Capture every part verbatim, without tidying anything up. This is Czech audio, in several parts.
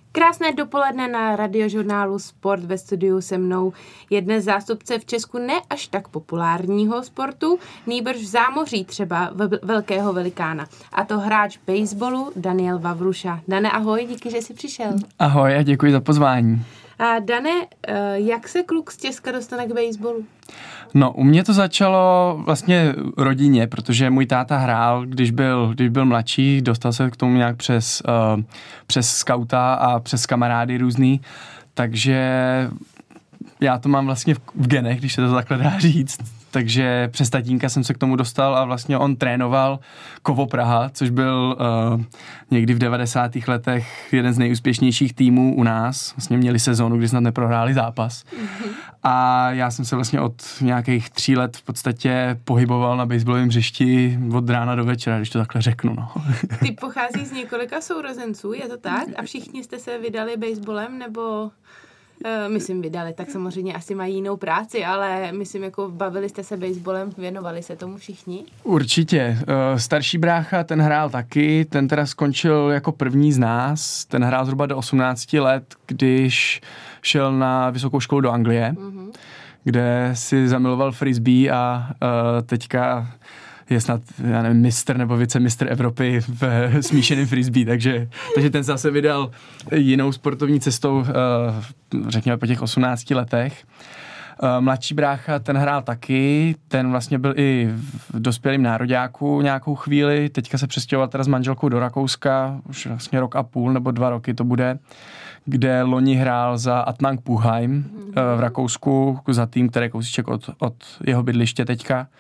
Krásné dopoledne na radiožurnálu Sport. Ve studiu se mnou je dnes zástupce v Česku ne až tak populárního sportu, nýbrž v zámoří třeba velkého velikána. A to hráč baseballu Daniel Vavruša. Dane, ahoj, díky, že jsi přišel. Ahoj a děkuji za pozvání. A Dane, jak se kluk z Česka dostane k baseballu? No, u mě to začalo vlastně rodině, protože můj táta hrál, když byl, když byl mladší, dostal se k tomu nějak přes, uh, přes skauta a přes kamarády různý, takže já to mám vlastně v, v genech, když se to takhle dá říct. Takže přes tatínka jsem se k tomu dostal a vlastně on trénoval Kovo Praha, což byl uh, někdy v devadesátých letech jeden z nejúspěšnějších týmů u nás. Vlastně měli sezónu, kdy snad neprohráli zápas. Mm-hmm. A já jsem se vlastně od nějakých tří let v podstatě pohyboval na baseballovém hřišti od rána do večera, když to takhle řeknu. No. Ty pochází z několika sourozenců, je to tak? A všichni jste se vydali baseballem, nebo... Uh, myslím vydali, tak samozřejmě asi mají jinou práci, ale myslím, jako bavili jste se baseballem, věnovali se tomu všichni? Určitě. Uh, starší brácha, ten hrál taky, ten teda skončil jako první z nás, ten hrál zhruba do osmnácti let, když šel na vysokou školu do Anglie, mm-hmm. kde si zamiloval frisbee a uh, teďka je snad, já nevím, mistr nebo vicemistr Evropy v smíšeném frisbee, takže, takže ten zase vydal jinou sportovní cestou, řekněme po těch osmnácti letech. Mladší brácha, ten hrál taky, ten vlastně byl i v dospělém nároďáku nějakou chvíli, teďka se přestěhoval teda s manželkou do Rakouska, už vlastně rok a půl nebo dva roky to bude, kde loni hrál za Atnang Puchheim v Rakousku, za tým, který je kousíček od, od jeho bydliště teďka.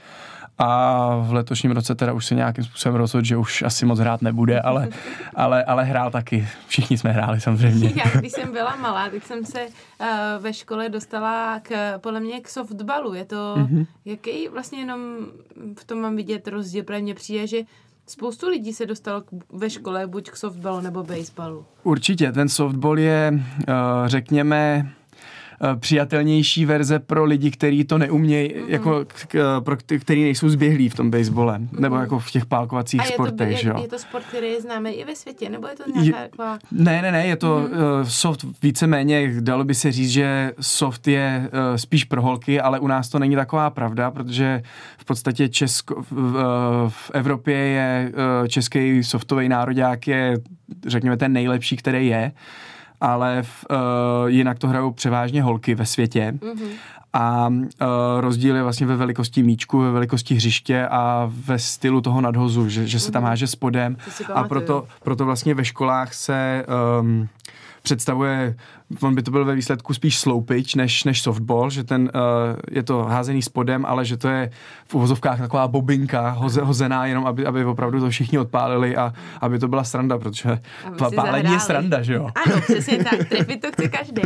A v letošním roce teda už se nějakým způsobem rozhodl, že už asi moc hrát nebude, ale, ale, ale hrál taky. Všichni jsme hráli samozřejmě. Já, když jsem byla malá, tak jsem se uh, ve škole dostala k, podle mě k softballu. Je to, mm-hmm. jaký vlastně jenom v tom mám vidět rozdíl, protože mně přijde, že spoustu lidí se dostalo k, ve škole buď k softballu nebo baseballu. Určitě, ten softball je, uh, řekněme, přijatelnější verze pro lidi, kteří to neumějí, mm-hmm. jako k, pro kteří nejsou zběhlí v tom basebole, mm-hmm. nebo jako v těch pálkovacích sportech, je, že jo. Je to sport, který je známý i ve světě, nebo je to nějaká je, taková... Ne, ne, ne, je to mm-hmm. uh, soft víceméně, dalo by se říct, že soft je uh, spíš pro holky, ale u nás to není taková pravda, protože v podstatě Česko, v, uh, v Evropě je uh, český softový nároďák je, řekněme, ten nejlepší, který je, ale v, uh, jinak to hrajou převážně holky ve světě. Mm-hmm. A uh, rozdíl je vlastně ve velikosti míčku, ve velikosti hřiště a ve stylu toho nadhozu, že, že se tam háže spodem. A proto, proto vlastně ve školách se um, představuje, on by to byl ve výsledku spíš slow pitch než, než softball, že ten uh, je to házený spodem, ale že to je v uvozovkách taková bobinka hoze, hozená jenom, aby, aby opravdu to všichni odpálili a aby to byla sranda, protože pálení je sranda, že jo? Ano, přesně tak, trefit to chce každý.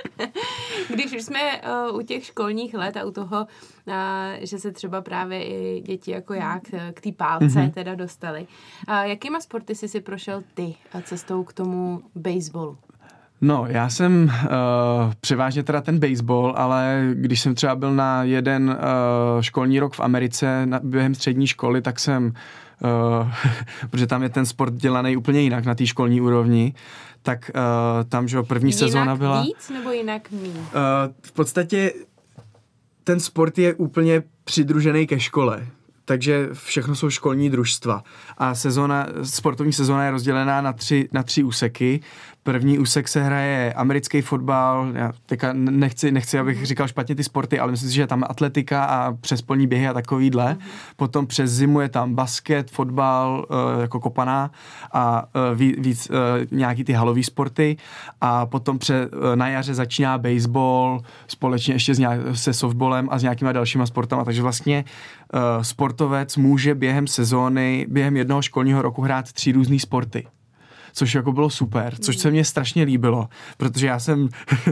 Když už jsme uh, u těch školních let a u toho, uh, že se třeba právě i děti jako já k, k té pálce mm-hmm. teda dostali. Uh, jakýma sporty jsi si prošel ty cestou k tomu baseballu? No, já jsem uh, převážně teda ten baseball, ale když jsem třeba byl na jeden uh, školní rok v Americe na, během střední školy, tak jsem, uh, protože tam je ten sport dělaný úplně jinak na té školní úrovni, tak uh, tam, že první jinak sezóna byla... Jinak víc nebo jinak míň? Uh, v podstatě ten sport je úplně přidružený ke škole. Takže všechno jsou školní družstva. A sezona, sportovní sezóna je rozdělená na tři, na tři úseky. První úsek se hraje americký fotbal, já teďka nechci, nechci, abych říkal špatně ty sporty, ale myslím si, že je tam atletika a přespolní běhy a takovýhle. Mm-hmm. Potom přes zimu je tam basket, fotbal, uh, jako kopaná a uh, víc uh, nějaký ty halový sporty. A potom pře, uh, na jaře začíná baseball společně ještě s nějak, se softballem a s nějakýma dalšíma sportama. Takže vlastně uh, sportovec může během sezóny, během jednoho školního roku hrát tři různý sporty. Což jako bylo super, což se mně strašně líbilo, protože já jsem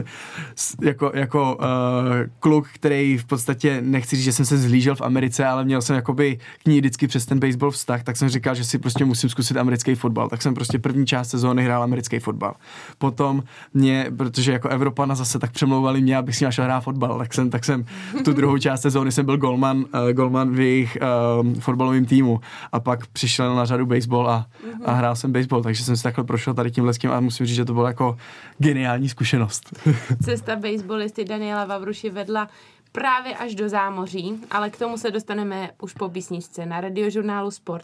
jako, jako uh, kluk, který v podstatě, nechci říct, že jsem se zhlížel v Americe, ale měl jsem jakoby k ní vždycky přes ten baseball vztah, tak jsem říkal, že si prostě musím zkusit americký fotbal, tak jsem prostě první část sezóny hrál americký fotbal. Potom mě, protože jako Evropana zase tak přemlouvali mě, abych si našel hrát fotbal, tak jsem, tak jsem v tu druhou část sezóny jsem byl golman, uh, golman v jejich uh, fotbalovém týmu a pak přišel na řadu baseball a, a hrál jsem baseball, takže jsem si takhle prošel tady tímhle s tím a musím říct, že to byla jako geniální zkušenost. Cesta baseballisty Daniela Vavruši vedla právě až do zámoří, ale k tomu se dostaneme už po písničce na Radiožurnálu Sport.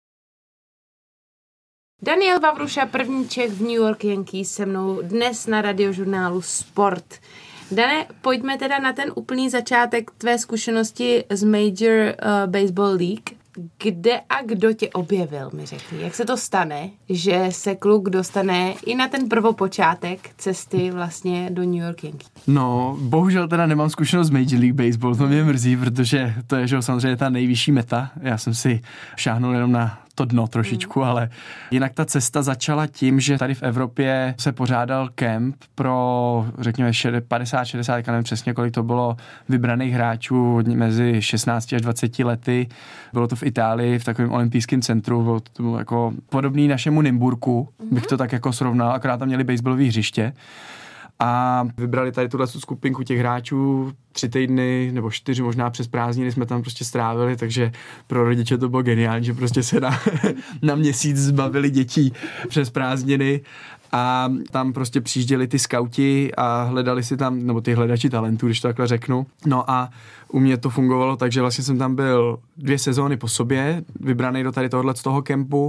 Daniel Vavruša, první Čech v New York Yankees, se mnou dnes na Radiožurnálu Sport. Dane, pojďme teda na ten úplný začátek tvé zkušenosti z Major uh, Baseball League. Kde a kdo tě objevil, mi řekni. Jak se to stane, že se kluk dostane i na ten prvopočátek cesty vlastně do New York Yankees? No, bohužel teda nemám zkušenost z Major League Baseball, to mě mrzí, protože to je, že samozřejmě ta nejvyšší meta. Já jsem si šáhnul jenom na to dno trošičku, mm. ale jinak ta cesta začala tím, že tady v Evropě se pořádal kemp pro, řekněme, padesát šedesát, nevím přesně, kolik to bylo, vybraných hráčů mezi šestnácti až dvaceti lety. Bylo to v Itálii, v takovém olympijském centru, bylo to bylo jako podobný našemu Nymburku, mm. bych to tak jako srovnal, akorát tam měli baseballové hřiště. A vybrali tady tuhle skupinku těch hráčů, tři týdny nebo čtyři možná přes prázdniny jsme tam prostě strávili, takže pro rodiče to bylo geniální, že prostě se na, na měsíc zbavili dětí přes prázdniny a tam prostě přijížděli ty skauti a hledali si tam, nebo ty hledači talentů, když to takhle řeknu. No a u mě to fungovalo, takže vlastně jsem tam byl dvě sezóny po sobě, vybraný do tady tohohle z toho kempu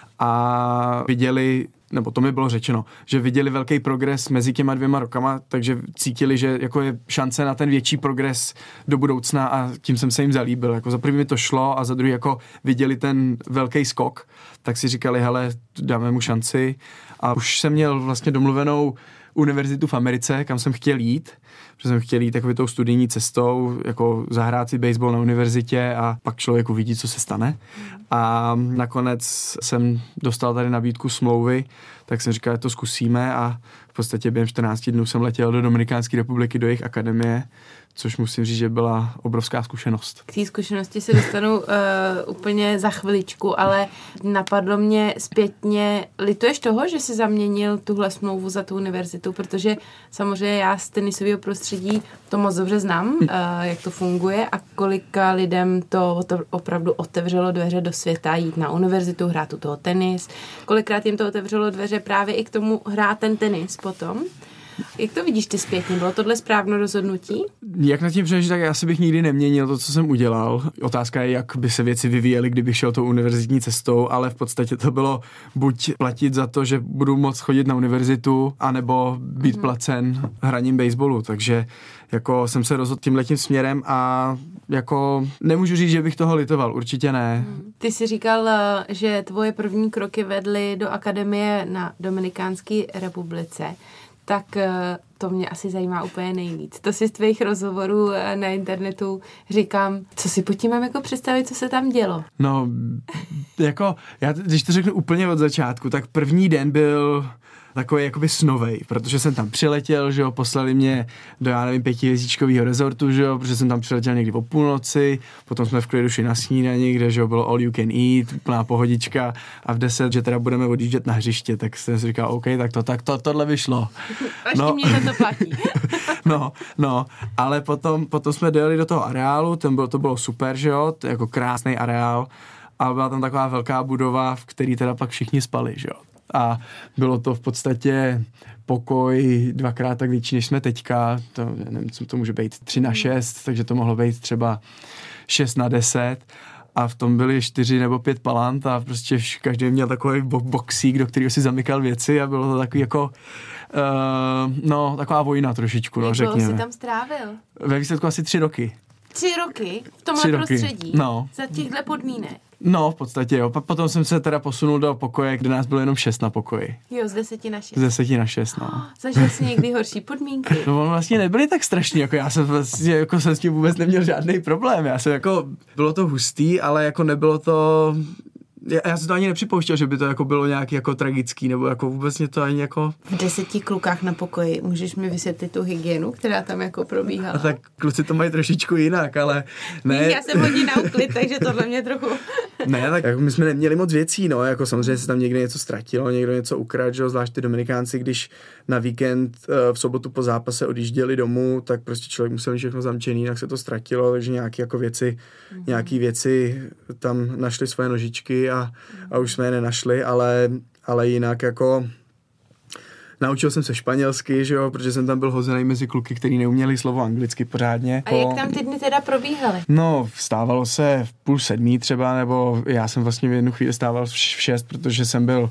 a viděli, nebo to mi bylo řečeno, že viděli velký progres mezi těma dvěma rokama, takže cítili, že jako je šance na ten větší progres do budoucna a tím jsem se jim zalíbil. Jako za první mi to šlo a za druhý jako viděli ten velký skok, tak si říkali, hele, dáme mu šanci a už jsem měl vlastně domluvenou univerzitu v Americe, kam jsem chtěl jít, protože jsem chtěl jít takovou tou studijní cestou, jako zahrát si baseball na univerzitě a pak člověk uvidí, co se stane. A nakonec jsem dostal tady nabídku smlouvy, tak jsem říkal, že to zkusíme a v podstatě během čtrnácti dnů jsem letěl do Dominikánské republiky, do jejich akademie, což musím říct, že byla obrovská zkušenost. K té zkušenosti se dostanu uh, úplně za chviličku, ale napadlo mě zpětně, lituješ toho, že jsi zaměnil tuhle smlouvu za tu univerzitu, protože samozřejmě já z tenisového prostředí to moc dobře znám, uh, jak to funguje a kolika lidem to, to opravdu otevřelo dveře do světa, jít na univerzitu, hrát u toho tenis, kolikrát jim to otevřelo dveře právě i k tomu hrát ten tenis potom. Jak to vidíš ty zpětně? Bylo tohle správné rozhodnutí? Jak nad tím přemýšlím, tak já si bych nikdy neměnil to, co jsem udělal. Otázka je, jak by se věci vyvíjely, kdybych šel tou univerzitní cestou, ale v podstatě to bylo buď platit za to, že budu moct chodit na univerzitu, anebo být hmm. placen hraním baseballu. Takže jako jsem se rozhodl tímhletím směrem a jako nemůžu říct, že bych toho litoval, určitě ne. Ty jsi říkal, že tvoje první kroky vedly do akademie na Dominikánské republice. Tak to mě asi zajímá úplně nejvíc. To si z tvých rozhovorů na internetu říkám, co si pod tím mám jako představit, co se tam dělo? No, jako, já, když to řeknu úplně od začátku, tak první den byl takový jakoby snovej, protože jsem tam přiletěl, že jo, poslali mě do, já nevím, pětihvězdičkovýho rezortu, že jo, protože jsem tam přiletěl někdy o půlnoci, potom jsme v klidu šli na snídani, kde, že jo, bylo all you can eat, úplná pohodička a v deset, že teda budeme odjíždět na hřiště, tak jsem si říkal, OK, tak to, tak to, tohle vyšlo. Až no, mě to platí. no, no, ale potom, potom jsme dojeli do toho areálu, ten byl, to bylo super, že jo, to jako krásný areál a byla tam taková velká budova, v který teda pak všichni spali, že jo. A bylo to v podstatě pokoj dvakrát tak větší, než jsme teďka. To, nevím, co to může být, tři na šest, takže to mohlo být třeba šest na deset. A v tom byly čtyři nebo pět palant a prostě každý měl takový boxík, do kterého si zamykal věci a bylo to takový jako, uh, no, taková vojna trošičku, no, řekněme. Jak jsi tam strávil? Ve výsledku asi tři roky. Tři roky? V tomhle tři roky. Prostředí? No. Za těchto podmínek? No, v podstatě jo. Potom jsem se teda posunul do pokoje, kde nás bylo jenom šest na pokoji. Jo, z deseti na šest. Z deseti na šest, no. Oh, zažil jsi někdy horší podmínky? No, on vlastně nebyly tak strašný, jako já jsem vlastně, jako jsem s tím vůbec neměl žádný problém. Já jsem jako, bylo to hustý, ale jako nebylo to... Já, já jsem to ani nepřipouštěl, že by to jako bylo nějaký jako tragický, nebo jako vůbec mě to ani jako... V deseti klukách na pokoji, můžeš mi vysvětlit tu hygienu, která tam jako probíhala? A tak kluci to mají trošičku jinak, ale ne... Já jsem hodně na úklid, takže tohle mě trochu... Ne, tak jako my jsme neměli moc věcí, no, jako samozřejmě se tam někde něco ztratilo, někdo něco ukradl, že? Zvlášť ty Dominikánci, když na víkend v sobotu po zápase odjížděli domů, tak prostě člověk musel mít všechno zamčený, jinak se to ztratilo, takže nějaké jako věci, mm-hmm. nějaký věci tam našli svoje nožičky a, a už jsme je nenašli, ale ale jinak jako naučil jsem se španělsky, že jo, protože jsem tam byl hozený mezi kluky, kteří neuměli slovo anglicky pořádně. A jak tam ty dny teda probíhaly? No, vstávalo se v půl sedmí třeba, nebo já jsem vlastně v jednu chvíli stával v šest, protože jsem byl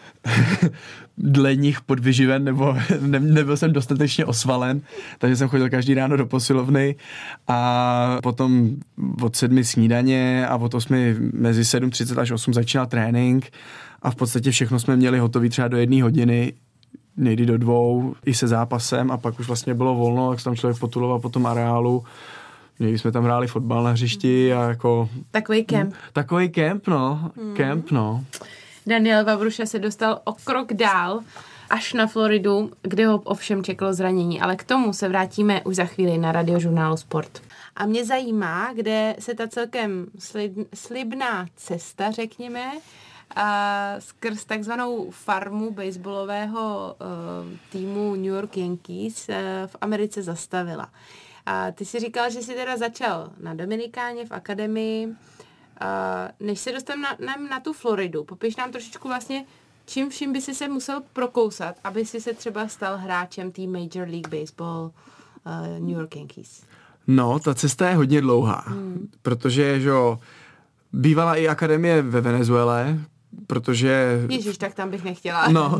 dle nich podvyživen, nebo ne, nebyl jsem dostatečně osvalen, takže jsem chodil každý ráno do posilovny a potom od sedmi snídaně a od osmi mezi sedm třicet až osm začínal trénink a v podstatě všechno jsme měli hotový třeba do jedné hodiny, někdy do dvou, i se zápasem a pak už vlastně bylo volno, jak se tam člověk potuloval po tom areálu. Někdy jsme tam hráli fotbal na hřišti a jako... Takový kemp. Takový kemp, no. Hmm. Kemp, no. Daniel Vavruša se dostal o krok dál až na Floridu, kde ho ovšem čekalo zranění, ale k tomu se vrátíme už za chvíli na Radiožurnálu Sport. A mě zajímá, kde se ta celkem slib, slibná cesta, řekněme, a skrz takzvanou farmu baseballového uh, týmu New York Yankees uh, v Americe zastavila. A ty jsi říkal, že jsi teda začal na Dominikáně v akademii. Uh, než se dostaneme na, na, na tu Floridu, popiš nám trošičku vlastně, čím vším by si se musel prokousat, aby si se třeba stal hráčem té Major League Baseball uh, New York Yankees. No, ta cesta je hodně dlouhá, hmm. protože, že jo, bývala i akademie ve Venezuele, protože... Ježiš, tak tam bych nechtěla. No,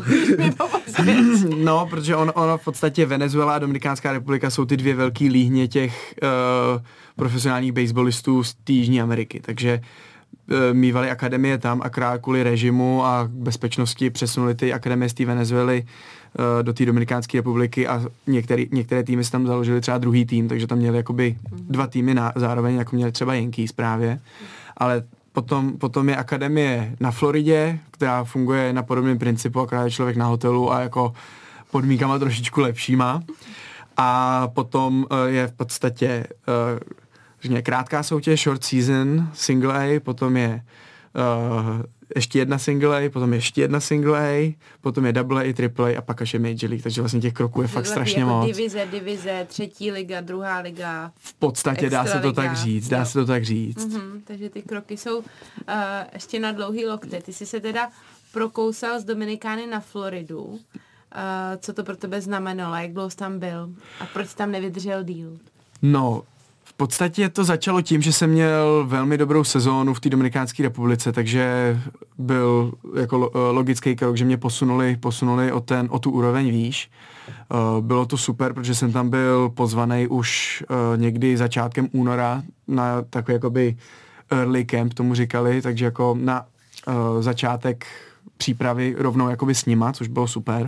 no protože ono, ono v podstatě Venezuela a Dominikánská republika jsou ty dvě velký líhně těch uh, profesionálních baseballistů z té Jižní Ameriky, takže uh, mívali akademie tam a krát kvůli režimu a bezpečnosti přesunuli ty akademie z té Venezuely uh, do té Dominikánské republiky a některý, některé týmy si tam založili třeba druhý tým, takže tam měli jakoby dva týmy na, zároveň, jako měli třeba Yankees právě, ale Potom, potom je akademie na Floridě, která funguje na podobném principu, akorát je člověk na hotelu a jako podmínkama trošičku lepšíma. A potom uh, je v podstatě uh, řekně, krátká soutěž, short season, single A, potom je uh, ještě jedna single A, potom ještě jedna single A, potom je double A, triple A a pak až je Major League, takže vlastně těch kroků je fakt strašně jako moc. Divize, divize, třetí liga, druhá liga. V podstatě dá se to tak říct, dá jo. se to tak říct. Mm-hmm, takže ty kroky jsou uh, ještě na dlouhý lokty. Ty jsi se teda prokousal z Dominikány na Floridu. Uh, co to pro tebe znamenalo, jak dlouho jsi tam byl a proč jsi tam nevydržel díl? No, v podstatě to začalo tím, že jsem měl velmi dobrou sezónu v té Dominikánské republice, takže byl jako logický krok, že mě posunuli, posunuli o, ten, o tu úroveň výš. Bylo to super, protože jsem tam byl pozvaný už někdy začátkem února na takový jakoby early camp, tomu říkali, takže jako na začátek přípravy rovnou jakoby s nima, což bylo super.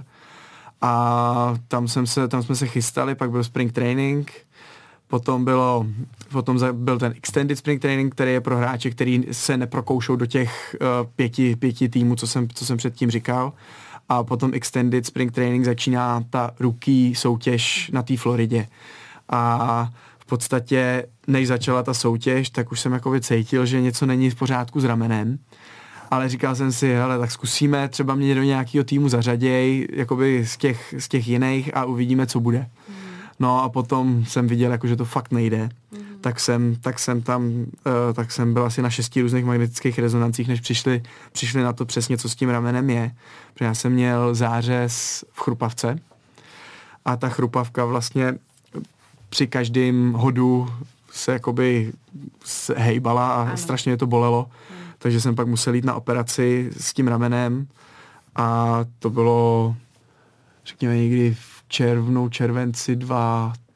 A tam, jsem se, tam jsme se chystali, pak byl spring training, Potom, bylo, potom byl ten extended spring training, který je pro hráče, který se neprokoušou do těch uh, pěti, pěti týmů, co jsem, co jsem předtím říkal. A potom extended spring training začíná ta rookie soutěž na té Floridě. A v podstatě, než začala ta soutěž, tak už jsem jakoby cítil, že něco není v pořádku s ramenem. Ale říkal jsem si, hele, tak zkusíme, třeba mě do nějakého týmu zařaděj, jakoby z těch, z těch jiných a uvidíme, co bude. No a potom jsem viděl, jako, že to fakt nejde, mm. tak, jsem, tak jsem tam, uh, tak jsem byl asi na šesti různých magnetických rezonancích, než přišli, přišli na to přesně, co s tím ramenem je. Protože já jsem měl zářez v chrupavce a ta chrupavka vlastně při každém hodu se jakoby se hejbala a ano. strašně mě to bolelo. Mm. Takže jsem pak musel jít na operaci s tím ramenem a to bylo, řekněme, někdy v červnu, červenci dva tisíce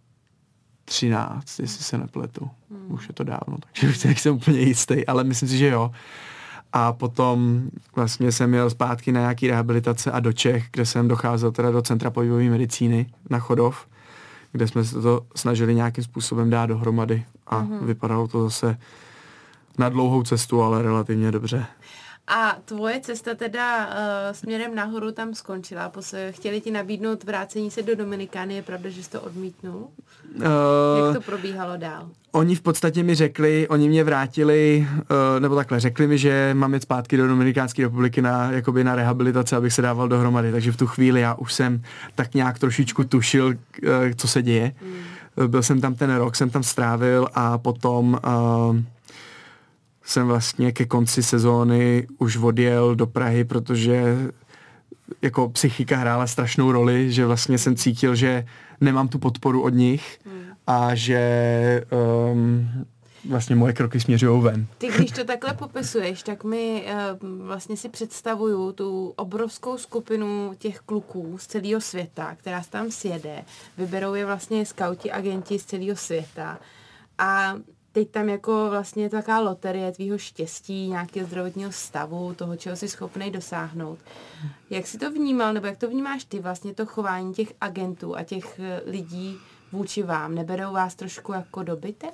třináct, jestli se nepletu. Hmm. Už je to dávno, takže už nejsem úplně jistý, ale myslím si, že jo. A potom vlastně jsem jel zpátky na nějaký rehabilitace a do Čech, kde jsem docházel teda do Centra pohybové medicíny na Chodov, kde jsme se to snažili nějakým způsobem dát dohromady a hmm. vypadalo to zase na dlouhou cestu, ale relativně dobře. A tvoje cesta teda uh, směrem nahoru tam skončila. Pos- chtěli ti nabídnout vrácení se do Dominikány, je pravda, že jsi to odmítnul? Uh, Jak to probíhalo dál? Oni v podstatě mi řekli, oni mě vrátili, uh, nebo takhle, řekli mi, že mám jít zpátky do Dominikánské republiky na, jakoby na rehabilitaci, abych se dával dohromady. Takže v tu chvíli já už jsem tak nějak trošičku tušil, uh, co se děje. Hmm. Byl jsem tam ten rok, jsem tam strávil a potom... Uh, jsem vlastně ke konci sezóny už odjel do Prahy, protože jako psychika hrála strašnou roli, že vlastně jsem cítil, že nemám tu podporu od nich a že um, vlastně moje kroky směřují ven. Ty, když to takhle popisuješ, tak mi uh, vlastně si představuju tu obrovskou skupinu těch kluků z celého světa, která se tam sjede. Vyberou je vlastně skauti, agenti z celého světa. A teď tam jako vlastně taková loterie tvýho štěstí, nějakého zdravotního stavu, toho, čeho jsi schopnej dosáhnout. Jak jsi to vnímal, nebo jak to vnímáš ty, vlastně to chování těch agentů a těch lidí vůči vám? Neberou vás trošku jako dobytek?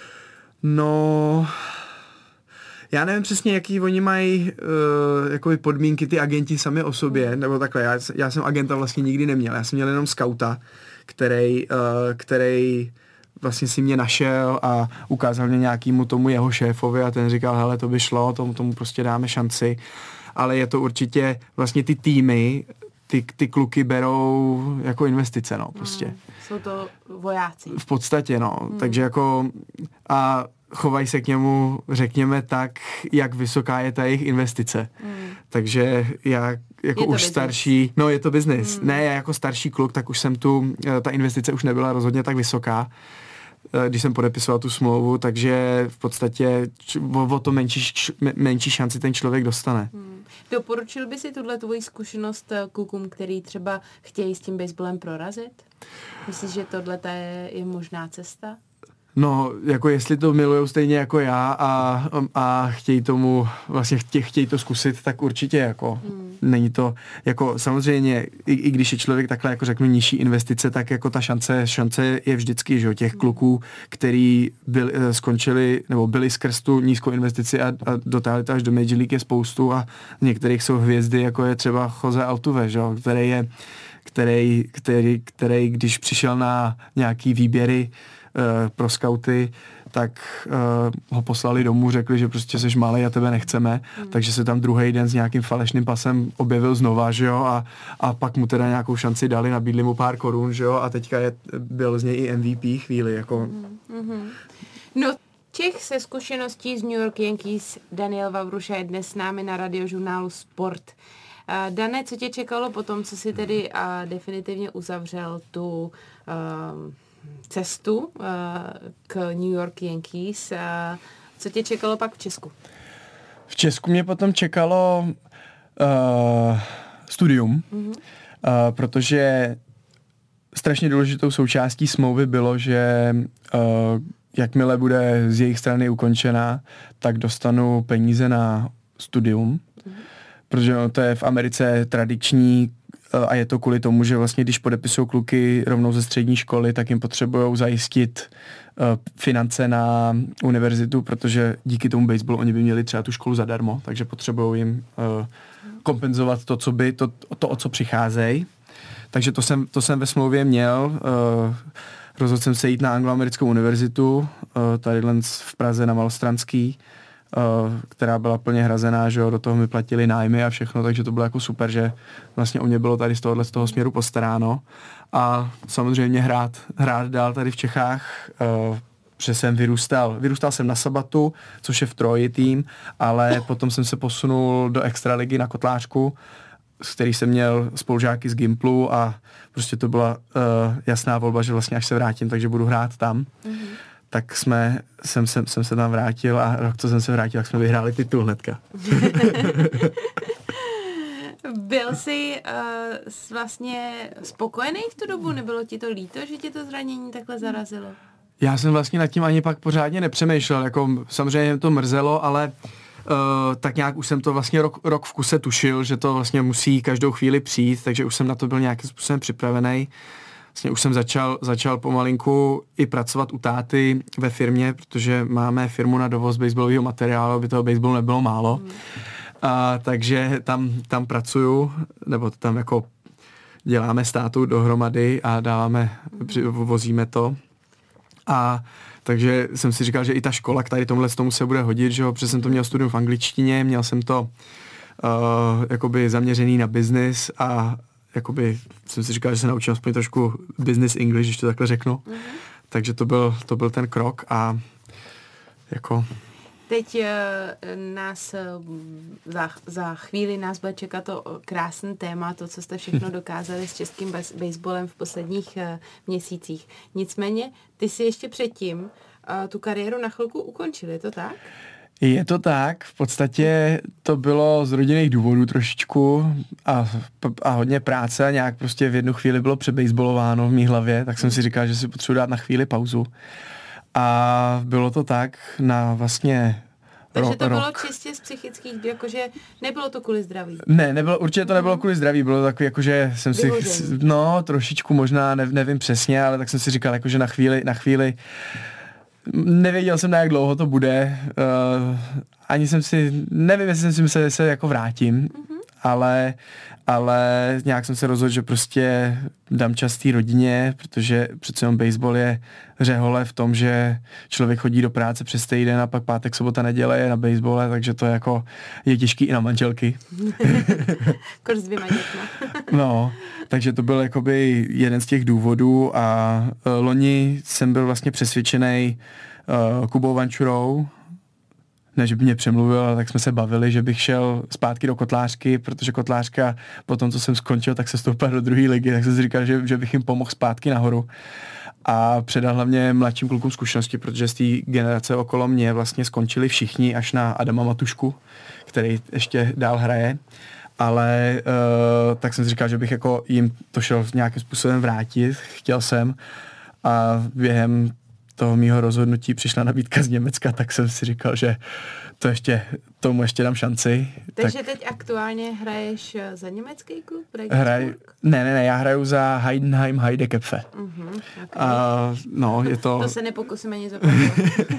No, já nevím přesně, jaký oni mají uh, jakoby podmínky, ty agenti sami o sobě, nebo takhle, já, já jsem agenta vlastně nikdy neměl, já jsem měl jenom skauta, který, uh, který vlastně si mě našel a ukázal mě nějakýmu tomu jeho šéfovi a ten říkal, hele, to by šlo, tomu, tomu prostě dáme šanci, ale je to určitě vlastně ty týmy, ty, ty kluky berou jako investice, no, prostě. Hmm, jsou to vojáci. V podstatě, no, hmm. takže jako a chovají se k němu, řekněme tak, jak vysoká je ta jejich investice. Hmm. Takže já jako už business. starší, no je to biznis, hmm. ne, já jako starší kluk, tak už jsem tu, ta investice už nebyla rozhodně tak vysoká, když jsem podepisoval tu smlouvu, takže v podstatě o, o to menší, menší šanci ten člověk dostane. Hmm. Doporučil by si tuhle tvoji zkušenost klukům, který třeba chtějí s tím baseballem prorazit? Myslíš, že tohle je, je možná cesta? No, jako jestli to milujou stejně jako já a, a chtějí tomu, vlastně chtějí, chtějí to zkusit, tak určitě jako hmm. není to, jako samozřejmě, i, i když je člověk takhle, jako řeknu, nižší investice, tak jako ta šance, šance je vždycky, že jo, těch hmm. kluků, který byl, skončili, nebo byli skrz tu nízkou investici a, a dotáhli to až do Major League je spoustu a některých jsou hvězdy, jako je třeba Jose Altuve, že jo, který je, který, který, který, když přišel na nějaký výběry pro skauty, tak uh, ho poslali domů, řekli, že prostě seš malej a tebe nechceme, hmm. takže se tam druhý den s nějakým falešným pasem objevil znova, že jo, a, a pak mu teda nějakou šanci dali, nabídli mu pár korun, že jo, a teďka je, byl z něj i M V P chvíli, jako. Hmm. Hmm. No, Čech se zkušeností z New York Yankees Daniel Vavruša je dnes s námi na radiožurnálu Sport. Uh, Dane, co tě čekalo po tom, co si tedy uh, definitivně uzavřel tu uh, cestu uh, k New York Yankees. Uh, co tě čekalo pak v Česku? V Česku mě potom čekalo uh, studium, mm-hmm. uh, protože strašně důležitou součástí smlouvy bylo, že uh, jakmile bude z jejich strany ukončena, tak dostanu peníze na studium, mm-hmm. protože no, to je v Americe tradiční a je to kvůli tomu, že vlastně když podepisují kluky rovnou ze střední školy, tak jim potřebujou zajistit uh, finance na univerzitu, protože díky tomu baseballu oni by měli třeba tu školu zadarmo, takže potřebují jim uh, kompenzovat to, co by, to, to o co přicházejí. Takže to jsem, to jsem ve smlouvě měl. Uh, rozhodl jsem se jít na Angloamerickou univerzitu, uh, tady v Praze na Malostranský, Uh, která byla plně hrazená, že jo, do toho mi platili nájmy a všechno, takže to bylo jako super, že vlastně o mě bylo tady z tohohle z toho směru postaráno a samozřejmě hrát, hrát dál tady v Čechách, uh, že jsem vyrůstal, vyrůstal jsem na Sabatu, což je v Troji tým, ale potom jsem se posunul do extraligy na Kotlářku, s který jsem měl spolužáky z Gimplu a prostě to byla uh, jasná volba, že vlastně až se vrátím, takže budu hrát tam. Mm-hmm. Tak jsme, jsem, jsem, jsem se tam vrátil a rok, co jsem se vrátil, tak jsme vyhráli titul hnedka. Byl jsi uh, vlastně spokojený v tu dobu? Nebylo ti to líto, že tě to zranění takhle zarazilo? Já jsem vlastně nad tím ani pak pořádně nepřemýšlel. Jako, samozřejmě to mrzelo, ale uh, tak nějak už jsem to vlastně rok, rok v kuse tušil, že to vlastně musí každou chvíli přijít, takže už jsem na to byl nějakým způsobem připravený. Vlastně už jsem začal, začal pomalinku i pracovat u táty ve firmě, protože máme firmu na dovoz baseballového materiálu, aby toho baseballu nebylo málo. Mm. A, takže tam, tam pracuju, nebo tam jako děláme s tátou dohromady a dáváme, mm. vozíme to. A takže jsem si říkal, že i ta škola k tady tomhle tomu se bude hodit, že jo, protože jsem to měl studium v angličtině, měl jsem to uh, jakoby zaměřený na business a jakoby jsem si říkal, že se naučím aspoň trošku business English, když to takhle řeknu. Mm-hmm. Takže to byl, to byl ten krok a jako Teď uh, nás uh, za, za chvíli nás bude čekat to krásné téma, to, co jste všechno dokázali s českým bas, baseballem v posledních uh, měsících. Nicméně, ty si ještě předtím uh, tu kariéru na chvilku ukončil, je to tak? Je to tak, v podstatě to bylo z rodinných důvodů trošičku a, a hodně práce a nějak prostě v jednu chvíli bylo přebejsbolováno v mý hlavě, tak jsem si říkal, že si potřebuji dát na chvíli pauzu. A bylo to tak na vlastně Takže ro- to bylo rok. čistě z psychických, jakože nebylo to kvůli zdraví. Ne, nebylo, určitě to nebylo kvůli zdraví, bylo takový jakože jsem si, Vyhoření. no trošičku možná, ne, nevím přesně, ale tak jsem si říkal jakože na chvíli, na chvíli nevěděl jsem, na jak dlouho to bude, uh, ani jsem si, nevím, jestli jsem si myslel, že se jako vrátím, mm-hmm. ale, ale nějak jsem se rozhodl, že prostě dám čas té rodině, protože přece jenom baseball je řehole v tom, že člověk chodí do práce přes týden a pak pátek, sobota, neděle je na baseball, takže to jako je těžký i na manželky. Kor s dvěma dětma. No, takže to byl jakoby jeden z těch důvodů a uh, loni jsem byl vlastně přesvědčený uh, Kubou Vančurou, ne, že by mě přemluvil, ale tak jsme se bavili, že bych šel zpátky do kotlářky, protože kotlářka po tom, co jsem skončil, tak se stoupila do druhé ligy, tak jsem si říkal, že, že bych jim pomohl zpátky nahoru a předal hlavně mladším klukům zkušenosti, protože z té generace okolo mě vlastně skončili všichni až na Adama Matušku, který ještě dál hraje. Ale uh, tak jsem si říkal, že bych jako jim to šel nějakým způsobem vrátit, chtěl jsem a během toho mýho rozhodnutí přišla nabídka z Německa, tak jsem si říkal, že to ještě, tomu ještě dám šanci. Takže tak teď aktuálně hraješ za německý klub? hraj, ne, ne, ne, já hraju za Heidenheim Heidekepfe. Uh-huh, okay. A no, je to... To se nepokusím ani zopakovat.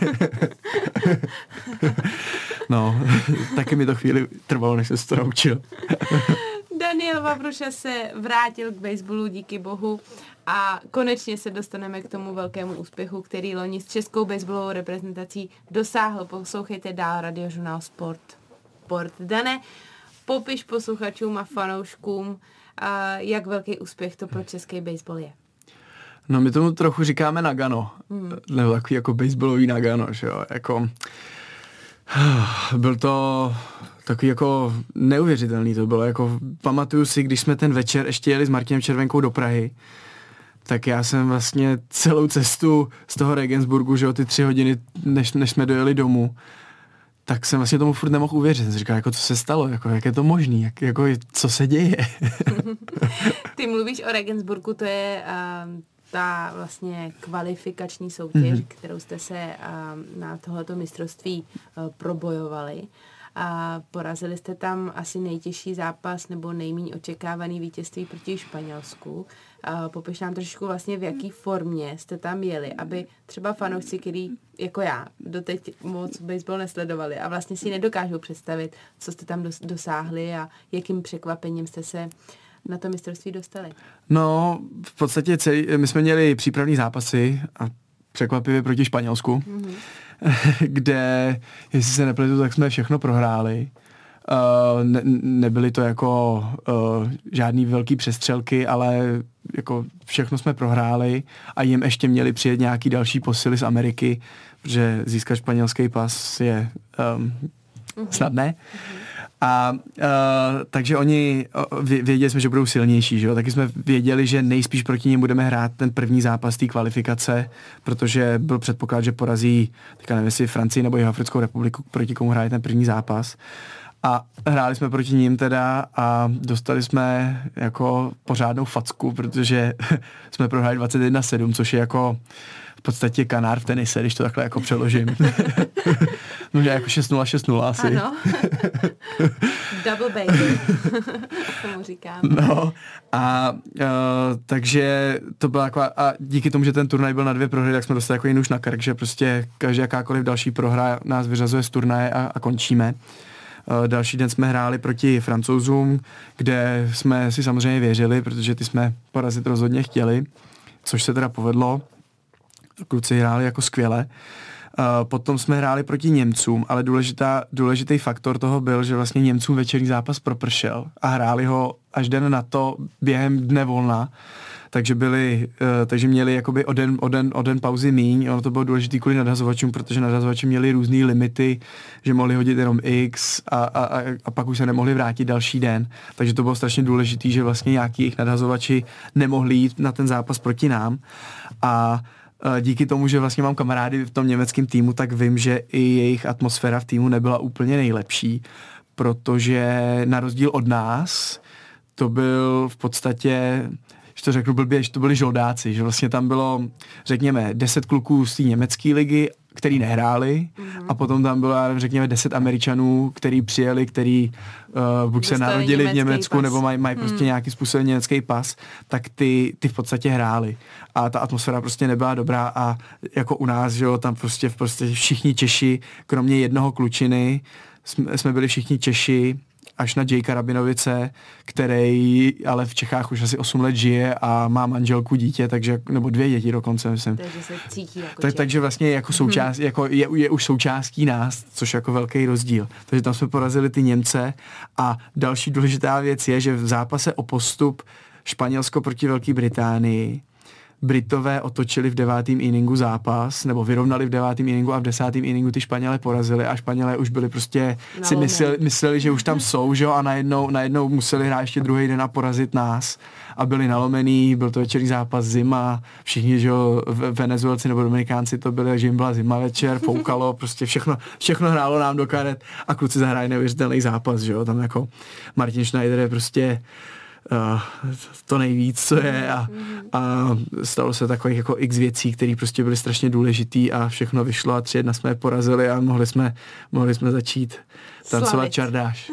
No, taky mi to chvíli trvalo, než jsem se to naučil. Daniel Vavruša se vrátil k baseballu, díky bohu. A konečně se dostaneme k tomu velkému úspěchu, který loni s českou baseballovou reprezentací dosáhl. Poslouchejte dál Radiožurnál Sport. Sport. Dane, popiš posluchačům a fanouškům, jak velký úspěch to pro český baseball je. No, my tomu trochu říkáme Nagano. Hmm. Nebo takový jako baseballový Nagano, že jo. Jako... Byl to takový jako neuvěřitelný to bylo. Jako pamatuju si, když jsme ten večer ještě jeli s Martinem Červenkou do Prahy, tak já jsem vlastně celou cestu z toho Regensburgu, že o ty tři hodiny, než, než jsme dojeli domů, tak jsem vlastně tomu furt nemohl uvěřit. Jsem si říkal, jako co se stalo, jako, jak je to možný, jak, jako, co se děje. Ty mluvíš o Regensburgu, to je uh, ta vlastně kvalifikační soutěž, mm-hmm. kterou jste se uh, na tohleto mistrovství uh, probojovali. A porazili jste tam asi nejtěžší zápas nebo nejméně očekávaný vítězství proti Španělsku. A popiš nám trošku vlastně, v jaký formě jste tam jeli, aby třeba fanoušci, který jako já doteď moc baseball nesledovali a vlastně si nedokážou představit, co jste tam dos- dosáhli a jakým překvapením jste se na to mistrovství dostali. No, v podstatě celý, my jsme měli přípravní zápasy a překvapivě proti Španělsku. Mm-hmm. Kde, jestli se nepletu, tak jsme všechno prohráli. Uh, ne, nebyly to jako uh, žádný velký přestřelky, ale jako všechno jsme prohráli a jim ještě měli přijet nějaký další posily z Ameriky, protože získat španělský pas je um, mm-hmm. snadné. Mm-hmm. A uh, takže oni uh, věděli jsme, že budou silnější, že jo? Taky jsme věděli, že nejspíš proti nim budeme hrát ten první zápas té kvalifikace, protože byl předpoklad, že porazí, teďka nevím, jestli Francii nebo Jihoafrickou republiku, proti komu hraje ten první zápas. A hráli jsme proti ním teda a dostali jsme jako pořádnou facku, protože jsme prohráli dvacet jedna sedm, což je jako v podstatě kanár v tenise, když to takhle jako přeložím. Možná jako šest nula, šest nula asi. Ano. Double baby. Tomu říkám. No a uh, takže to byla taková, a díky tomu, že ten turnaj byl na dvě prohry, tak jsme dostali jako jinou na krk, že prostě každá jakákoliv další prohra nás vyřazuje z turnaje a, a končíme. Uh, další den jsme hráli proti Francouzům, kde jsme si samozřejmě věřili, protože ty jsme porazit rozhodně chtěli, což se teda povedlo. Kluci hráli jako skvěle. Uh, potom jsme hráli proti Němcům, ale důležitá, důležitý faktor toho byl, že vlastně Němcům večerní zápas propršel a hráli ho až den na to během dne volna. takže byli, uh, takže měli jakoby o den, o den, o den pauzy míň. Ono to bylo důležité kvůli nadhazovačům, protože nadhazovači měli různý limity, že mohli hodit jenom X a, a, a, a pak už se nemohli vrátit další den. Takže to bylo strašně důležité, že vlastně nějaký jejich nadhazovači nemohli jít na ten zápas proti nám. A díky tomu, že vlastně mám kamarády v tom německém týmu, tak vím, že i jejich atmosféra v týmu nebyla úplně nejlepší, protože na rozdíl od nás to byl v podstatě, že to řeknu blbě, že to byli žoldáci, že vlastně tam bylo, řekněme, deset kluků z té německé ligy, který nehráli, mm-hmm. a potom tam bylo, řekněme, deset Američanů, který přijeli, který uh, buď se narodili v Německu, pas. nebo mají maj prostě hmm. nějaký způsob německý pas, tak ty, ty v podstatě hráli. A ta atmosféra prostě nebyla dobrá a jako u nás, že jo, tam prostě, prostě všichni Češi, kromě jednoho klučiny, jsme, jsme byli všichni Češi, až na Jayka Rabinovice, který ale v Čechách už asi osm let žije a má manželku, dítě, takže, nebo dvě děti dokonce, myslím. Takže se cítí jako tak, takže vlastně jako součást, hmm. jako je, je už součástí nás, což jako velký rozdíl. Takže tam jsme porazili ty Němce a další důležitá věc je, že v zápase o postup Španělsko proti Velké Británii Britové otočili v devátém inningu zápas, nebo vyrovnali v devátém inningu a v desátém inningu ty Španělé porazili a Španělé už byli prostě, no, si mysleli, mysleli, že už tam jsou, že jo, a najednou, najednou museli hrát ještě druhý den a porazit nás a byli nalomený, byl to večerní zápas, zima, všichni, že jo, Venezuelci nebo Dominikánci to byli, že jim byla zima večer, foukalo, prostě všechno, všechno hrálo nám do karet a kluci zahráli neuvěřitelný zápas, že jo, tam jako Martin Schneider je prostě Uh, to nejvíc, co je a, a stalo se takových jako x věcí, které prostě byly strašně důležitý a všechno vyšlo a tři jedna jsme je porazili a mohli jsme, mohli jsme začít tancovat Slavit. Čardáš.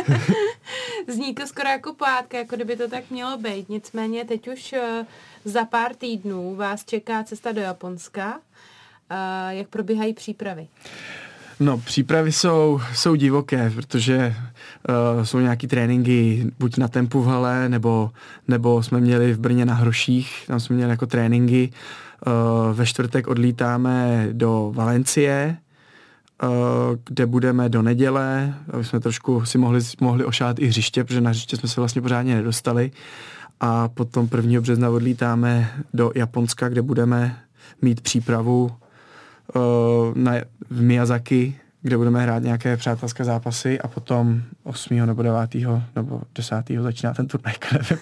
Zní to skoro jako pohádka, jako kdyby to tak mělo být. Nicméně teď už uh, za pár týdnů vás čeká cesta do Japonska. Uh, jak probíhají přípravy? No, přípravy jsou, jsou divoké, protože uh, jsou nějaký tréninky buď na Tempu v hale, nebo, nebo jsme měli v Brně na Hroších, tam jsme měli jako tréninky. Uh, ve čtvrtek odlítáme do Valencie, uh, kde budeme do neděle, aby jsme trošku si mohli, mohli ošát i hřiště, protože na hřiště jsme se vlastně pořádně nedostali. A potom prvního března odlítáme do Japonska, kde budeme mít přípravu Na, v Miyazaki, kde budeme hrát nějaké přátelské zápasy a potom osmého nebo devátého nebo desátého začíná ten turnaj, nevím.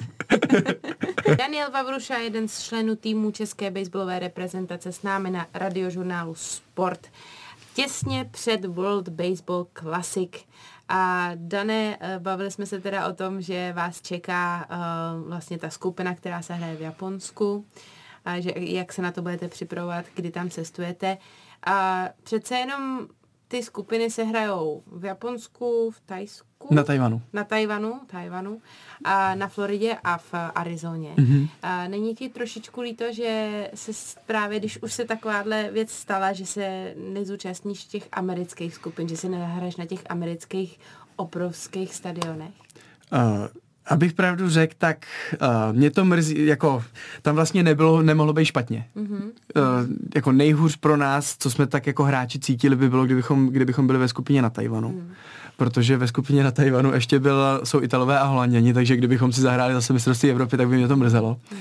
Daniel Vavruša, jeden z členů týmu české baseballové reprezentace, s námi na radiožurnálu Sport. Těsně před World Baseball Classic. A Dané, bavili jsme se teda o tom, že vás čeká uh, vlastně ta skupina, která se hraje v Japonsku. A že jak se na to budete připravovat, kdy tam cestujete. A přece jenom ty skupiny se hrajou v Japonsku, v Thajsku. Na Tajvanu. Na Tajvanu, Tajvanu. A na Floridě a v Arizoně. Mm-hmm. A není ti trošičku líto, že se právě, když už se takováhle věc stala, že se nezúčastníš těch amerických skupin, že se nehraješ na těch amerických obrovských stadionech? Uh. Abych pravdu řekl, tak uh, mě to mrzí, jako tam vlastně nebylo, nemohlo být špatně. Mm-hmm. Uh, jako nejhůř pro nás, co jsme tak jako hráči cítili, by bylo, kdybychom, kdybychom byli ve skupině na Tajvanu. Mm. Protože ve skupině na Tajvanu ještě byla, jsou Italové a Holanděni, takže kdybychom si zahráli zase mistrovství Evropy, tak by mě to mrzelo. Mm.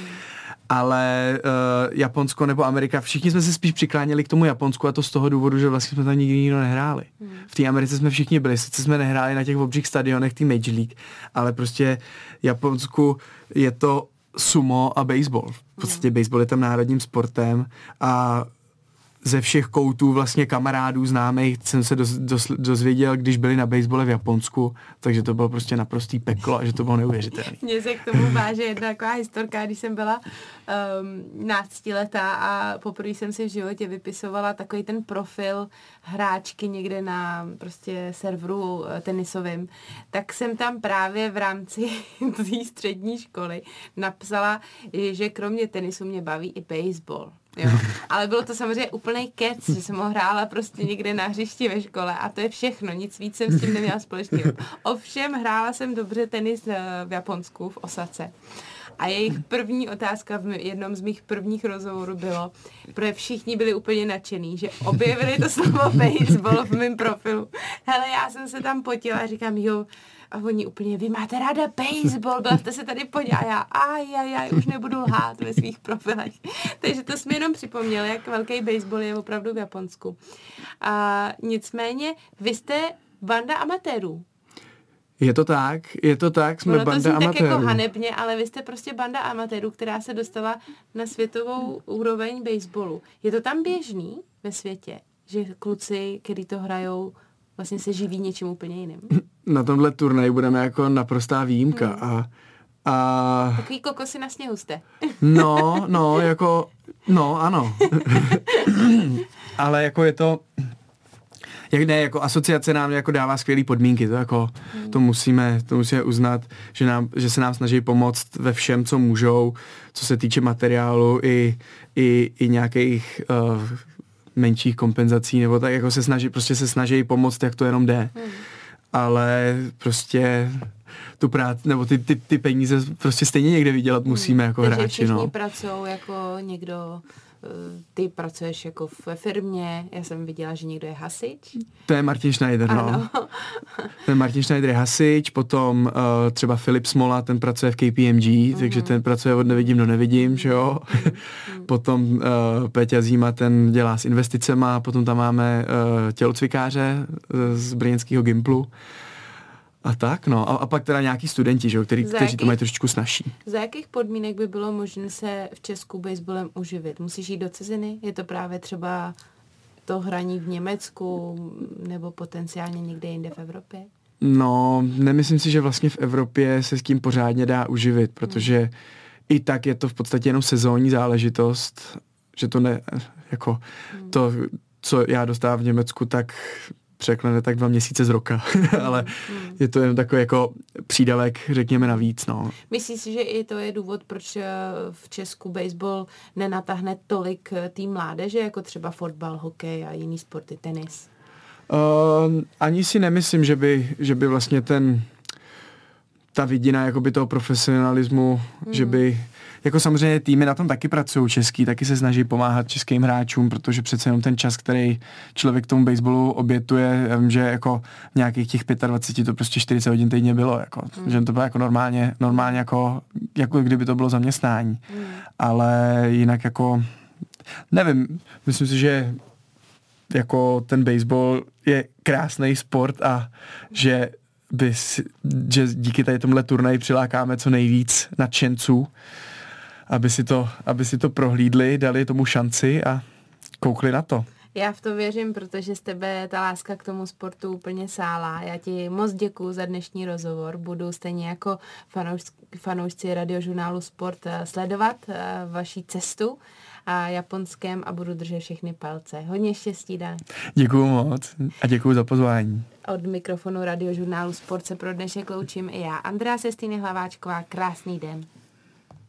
Ale uh, Japonsko nebo Amerika, všichni jsme se spíš přikláněli k tomu Japonsku a to z toho důvodu, že vlastně jsme tam nikdy nikdo nehráli. Hmm. V té Americe jsme všichni byli, sice jsme nehráli na těch obřích stadionech té Major League, ale prostě Japonsku je to sumo a baseball. V podstatě hmm. baseball je tam národním sportem a ze všech koutů vlastně kamarádů známých jsem se doz, doz, dozvěděl, když byli na basebole v Japonsku, takže to bylo prostě naprostý peklo a že to bylo neuvěřitelné. Mně se k tomu váže jedna taková historka, když jsem byla um, náctiletá a poprvé jsem si v životě vypisovala takový ten profil hráčky někde na prostě serveru tenisovým, tak jsem tam právě v rámci té střední školy napsala, že kromě tenisu mě baví i baseball. Jo. Ale bylo to samozřejmě úplnej kec, že jsem ho hrála prostě někde na hřišti ve škole a to je všechno, nic víc jsem s tím neměla společného. Ovšem hrála jsem dobře tenis v Japonsku, v Osace. A jejich první otázka v jednom z mých prvních rozhovorů bylo, protože všichni byli úplně nadšený, že objevili to slovo baseball v mém profilu. Hele, já jsem se tam potila a říkám, jo, a oni úplně, vy máte ráda baseball, byla jste se tady podívat, a já, aj, aj, aj, už nebudu lhát ve svých profilech. Takže to jsme jenom připomněli, jak velký baseball je opravdu v Japonsku. A nicméně, vy jste banda amatérů. Je to tak, je to tak, jsme Ono banda to zní amatérů. tak jako hanebně, ale vy jste prostě banda amatérů, která se dostala na světovou úroveň baseballu. Je to tam běžný ve světě, že kluci, kteří to hrajou, vlastně se živí něčím úplně jiným? Na tomhle turnaji budeme jako naprostá výjimka hmm. a, a... Takový kokosy na sněhu jste. No, no, jako, no, ano. Ale jako je to... Jak ne, jako asociace nám jako dává skvělé podmínky, to jako, hmm. to musíme, to musíme uznat, že, nám, že se nám snaží pomoct ve všem, co můžou, co se týče materiálu i, i, i nějakých uh, menších kompenzací, nebo tak jako se snaží, prostě se snaží pomoct, jak to jenom jde. Hmm. Ale prostě tu práci, nebo ty, ty, ty peníze prostě stejně někde vydělat musíme hmm. jako Takže hráči. všichni no. pracují jako někdo... Ty pracuješ jako ve firmě, já jsem viděla, že někdo je hasič. To je Martin Schneider, ano. no. Ten Martin Schneider je hasič, potom uh, třeba Filip Smola, ten pracuje v K P M G, mm-hmm. takže ten pracuje od nevidím do nevidím, že jo. Mm-hmm. Potom uh, Péťa Zíma, ten dělá s investicema, potom tam máme uh, tělocvikáře uh, z brněnského Gimplu. A tak, no. A, a pak teda nějaký studenti, že jo, který, kteří jakých, to mají trošičku snazší. Za jakých podmínek by bylo možné se v Česku baseballem uživit? Musíš jít do ciziny? Je to právě třeba to hraní v Německu nebo potenciálně někde jinde v Evropě? No, nemyslím si, že vlastně v Evropě se s tím pořádně dá uživit, protože hmm. i tak je to v podstatě jenom sezónní záležitost, že to ne, jako hmm. to, co já dostávám v Německu, tak překlene tak dva měsíce z roka, ale hmm. je to jen takový jako přídavek, řekněme, navíc, no. Myslíš si, že i to je důvod, proč v Česku baseball nenatáhne tolik té mládeže, jako třeba fotbal, hokej a jiný sporty, tenis? Uh, ani si nemyslím, že by, že by vlastně ten ta vidina jakoby toho profesionalismu, hmm. že by jako samozřejmě týmy na tom taky pracují český, taky se snaží pomáhat českým hráčům, protože přece jenom ten čas, který člověk tomu baseballu obětuje, já vím, že jako nějakých těch dvacet pět to prostě čtyřicet hodin týdně bylo, jako, mm. že to bylo jako normálně, normálně jako, jako kdyby to bylo zaměstnání. Mm. Ale jinak jako, nevím, myslím si, že jako ten baseball je krásný sport a že by si, že díky tady tomhle turnaji přilákáme co nejvíc nadšenců, aby si to, aby si to prohlídli, dali tomu šanci a koukli na to. Já v to věřím, protože z tebe ta láska k tomu sportu úplně sálá. Já ti moc děkuju za dnešní rozhovor. Budu stejně jako fanoušci, fanoušci radiožurnálu Sport sledovat vaši cestu a japonském a budu držet všechny palce. Hodně štěstí, Dan. Děkuju moc a děkuju za pozvání. Od mikrofonu radiožurnálu Sport se pro dnešek loučím i já, Andrea Sestýny Hlaváčková. Krásný den.